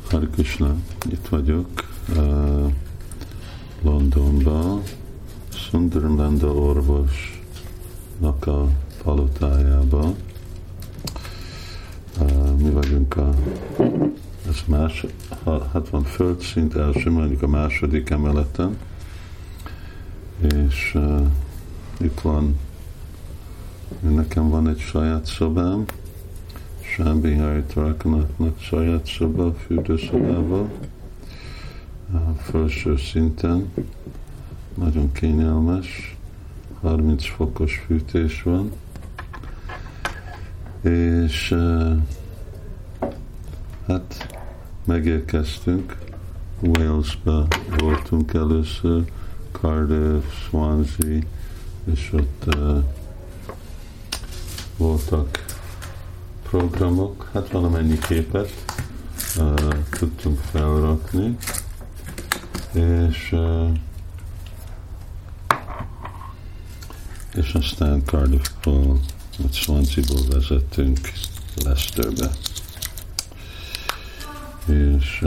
Hare Krishna, itt vagyok Londonban, Sundarlanda orvosnak a palotájában. Mi vagyunk ez hát van földszint első, mondjuk a második emeleten, és itt van, nekem van egy saját szobám, Sámbihari Tarkanatnak saját szoba, fürdőszobával, a felső szinten, nagyon kényelmes, 30 fokos fűtés van, és hát megérkeztünk, Walesba voltunk először, Cardiff, Swansea, és ott voltak programok, hát valamennyi képet tudtunk felrakni, és aztán Cardiffból, vagy Swansea-ból vezettünk Leicesterbe. És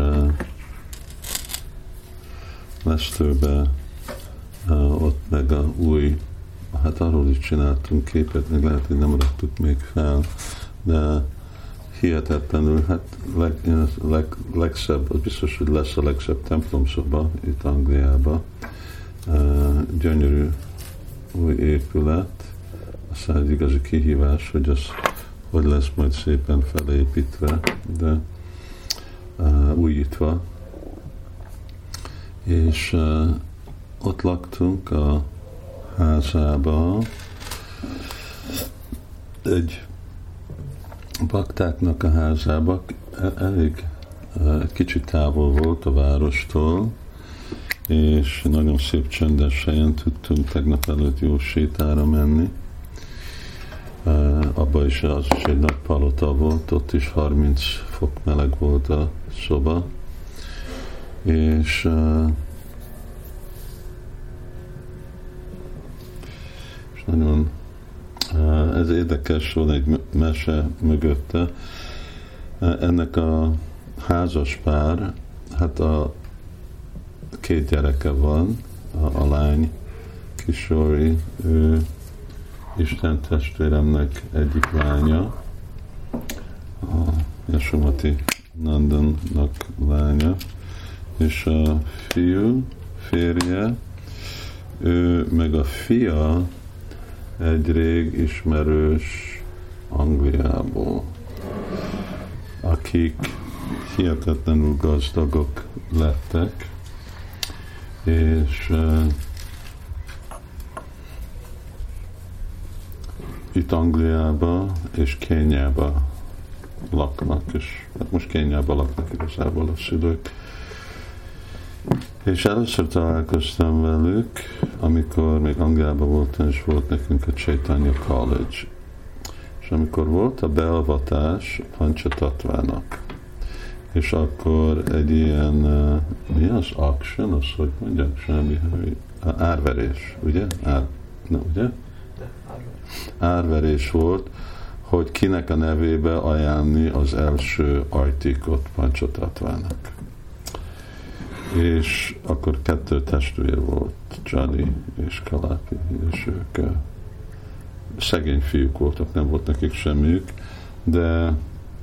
Leicesterbe ott meg a új, hát arról is csináltunk képet, meg lehet, hogy nem raktuk még fel, de hihetetlenül, hát legszebb, az biztos, hogy lesz a legszebb templomszoba itt Angliában. Gyönyörű új épület, aztán egy igazi kihívás, hogy az hogy lesz majd szépen felépítve, de újítva. És ott laktunk a házába, egy baktáknak a házába, elég egy kicsit távol volt a várostól, és nagyon szép csendes helyen tudtunk tegnap előtt jó sétára menni. Abba is az is egy nagy palota volt, ott is 30 fok meleg volt a szoba, és nagyon ez érdekes, van egy mese mögötte. Ennek a házas pár, hát a két gyereke van, a lány Kishori, ő Isten testvéremnek egyik lánya, a Yasomati Nandannak lánya, és a fiú, férje, ő meg a fia egy rég ismerős Angliából, akik hihetetlenül gazdagok lettek, és itt Angliába és Kenyába laknak, és hát most Kenyába laknak igazából a szülők. És először találkoztam velük, amikor még Angliában voltam, és volt nekünk a Chaitanya College. És amikor volt a beavatás Panchatatvának, és akkor egy ilyen, mi az auction, az hogy mondják, semmi, árverés, ugye? Ugye? Árverés volt, hogy kinek a nevébe ajánlni az első artikot Panchatatvának. És akkor 2 testvér volt, Johnny és Kalapi, és ők szegény fiúk voltak, nem volt nekik semmiük, de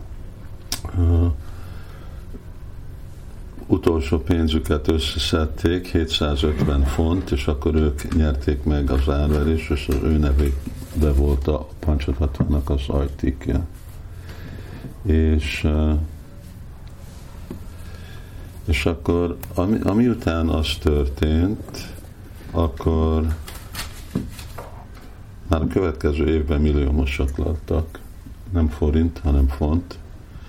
utolsó pénzüket összeszedték, 750 font, és akkor ők nyerték meg az árverést, és az ő nevébe volt a Panchatatvának az artikja. És akkor, amiután az történt, akkor már a következő évben milliómosak lettek, nem forint, hanem font,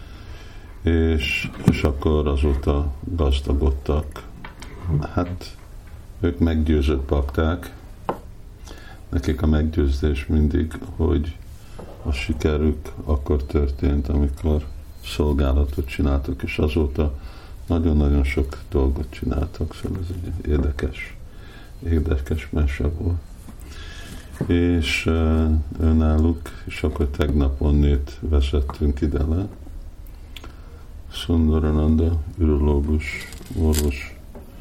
és akkor azóta gazdagodtak. Hát ők meggyőzött bakták, nekik a meggyőzés mindig, hogy a sikerük akkor történt, amikor szolgálatot csináltak, és azóta nagyon-nagyon sok dolgot csináltak, szóval ez egy érdekes mese volt. És önálluk, és akkor tegnap onnét vezettünk ide le, Sundarananda ürológus orvoshoz,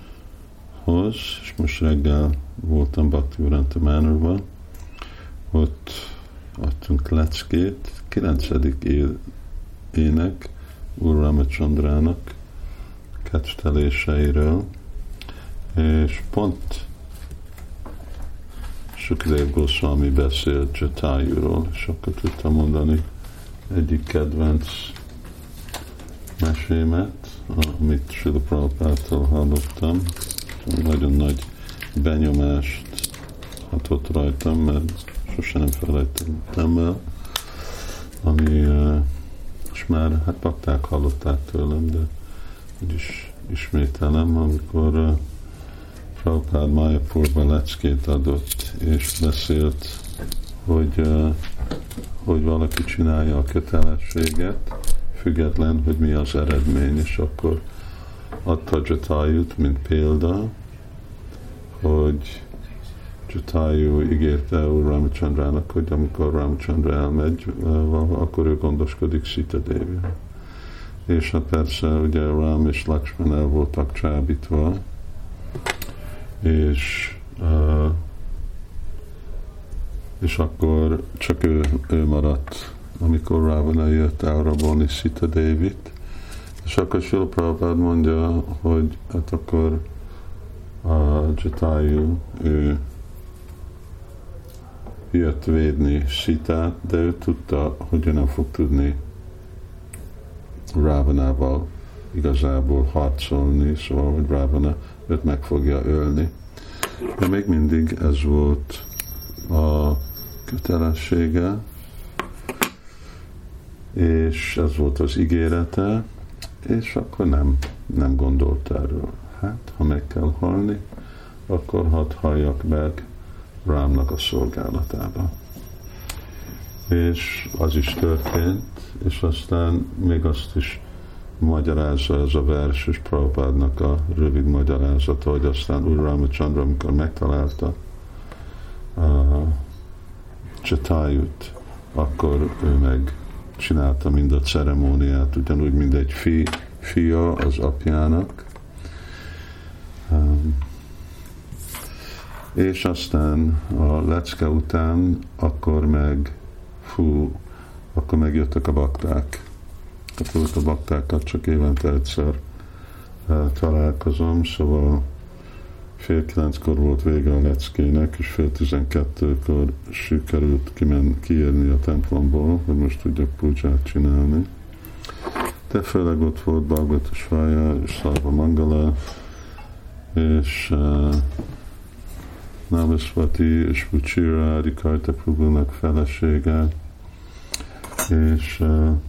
és most reggel voltam Bhaktivedanta Manorban, ott adtunk leckét, 9. ének Úr Ramachandrának ketteléseiről, és pont Sukadeva Goswami beszélt Jatajuról, és akkor tudtam mondani egyik kedvenc mesémet, amit Srila Prabhupádtól hallottam. Nagyon nagy benyomást hatott rajtam, mert sosem nem felejtettem el, ami, és már hát bakták hallották tőlem, de úgyis ismételem, amikor Prabhupád Mayapurban leckét adott, és beszélt, hogy valaki csinálja a kötelességet, független, hogy mi az eredmény, és akkor adta Jatayut, mint példa, hogy Jatayu ígérte Úr Ramachandrának, hogy amikor Ramachandra elmegy, akkor ő gondoskodik Sita Deviről. És hát persze ugye Ram és Lakshman el voltak csábítva, és akkor csak ő maradt, amikor Ravana jött elrabolni Sita Devit, és akkor Srila Prabhupád mondja, hogy hát akkor a Jatayu, ő jött védni Sitát, de ő tudta, hogy ő nem fog tudni Ravanával igazából harcolni, szóval, hogy Ravana őt meg fogja ölni. De még mindig ez volt a kötelessége, és ez volt az ígérete, és akkor nem gondolt erről. Hát, ha meg kell halni, akkor hadd halljak meg Rámnak a szolgálatába. És az is történt, és aztán még azt is magyarázza ez a vers, és Prabhupádnak a rövid magyarázata, hogy aztán Úr Ramachandra, amikor megtalálta Jatayut, akkor ő meg csinálta mind a ceremóniát, ugyanúgy, mint egy fia az apjának. És aztán a lecke után akkor megjöttek a bakták. Akkor a baktákat csak évente egyszer találkozom, szóval 8:30 volt vége a leckének, és 11:30 sikerült kiérni a templomból, hogy most tudjak púdzsát csinálni. De főleg ott volt Bhagavata Svája és Sarva Mangala, és Navasvati és Vuchira Adikarta Prabhunak felesége, és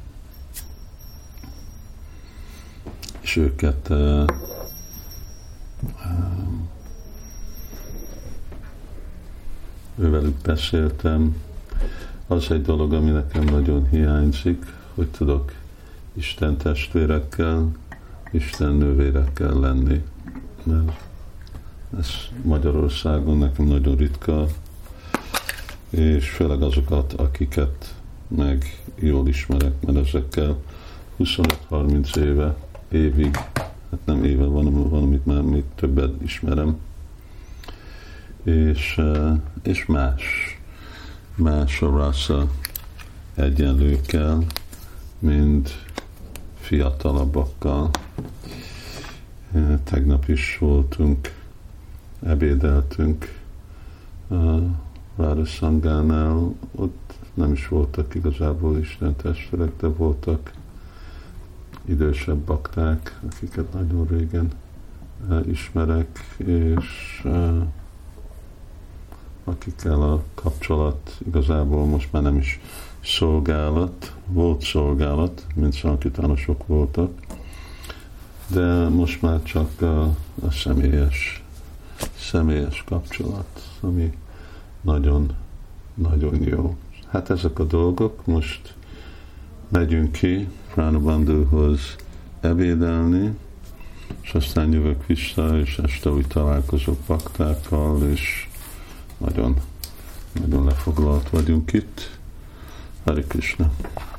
őket ővelük beszéltem. Az egy dolog, ami nekem nagyon hiányzik, hogy tudok Isten testvérekkel, Isten nővérekkel lenni, mert ez Magyarországon nekem nagyon ritka, és főleg azokat, akiket meg jól ismerek, mert ezekkel 25-30 évig, hát nem éve van, amit már még többet ismerem, és más a rassza egyenlőkkel, mint fiatalabbakkal. Tegnap is voltunk, ebédeltünk Ráda Szangánál, ott nem is voltak igazából Isten testvérek, de voltak idősebb bakták, akiket nagyon régen ismerek, és akikkel a kapcsolat igazából most már nem is szolgálat, volt szolgálat, mint szankirtánosok voltak, de most már csak a személyes kapcsolat, ami nagyon, nagyon jó. Hát ezek a dolgok, most megyünk ki Pránabandhuhoz ebédelni, és aztán jövök vissza, és este úgy találkozok baktákkal, és nagyon, nagyon lefoglalt vagyunk itt. Hare Krishna.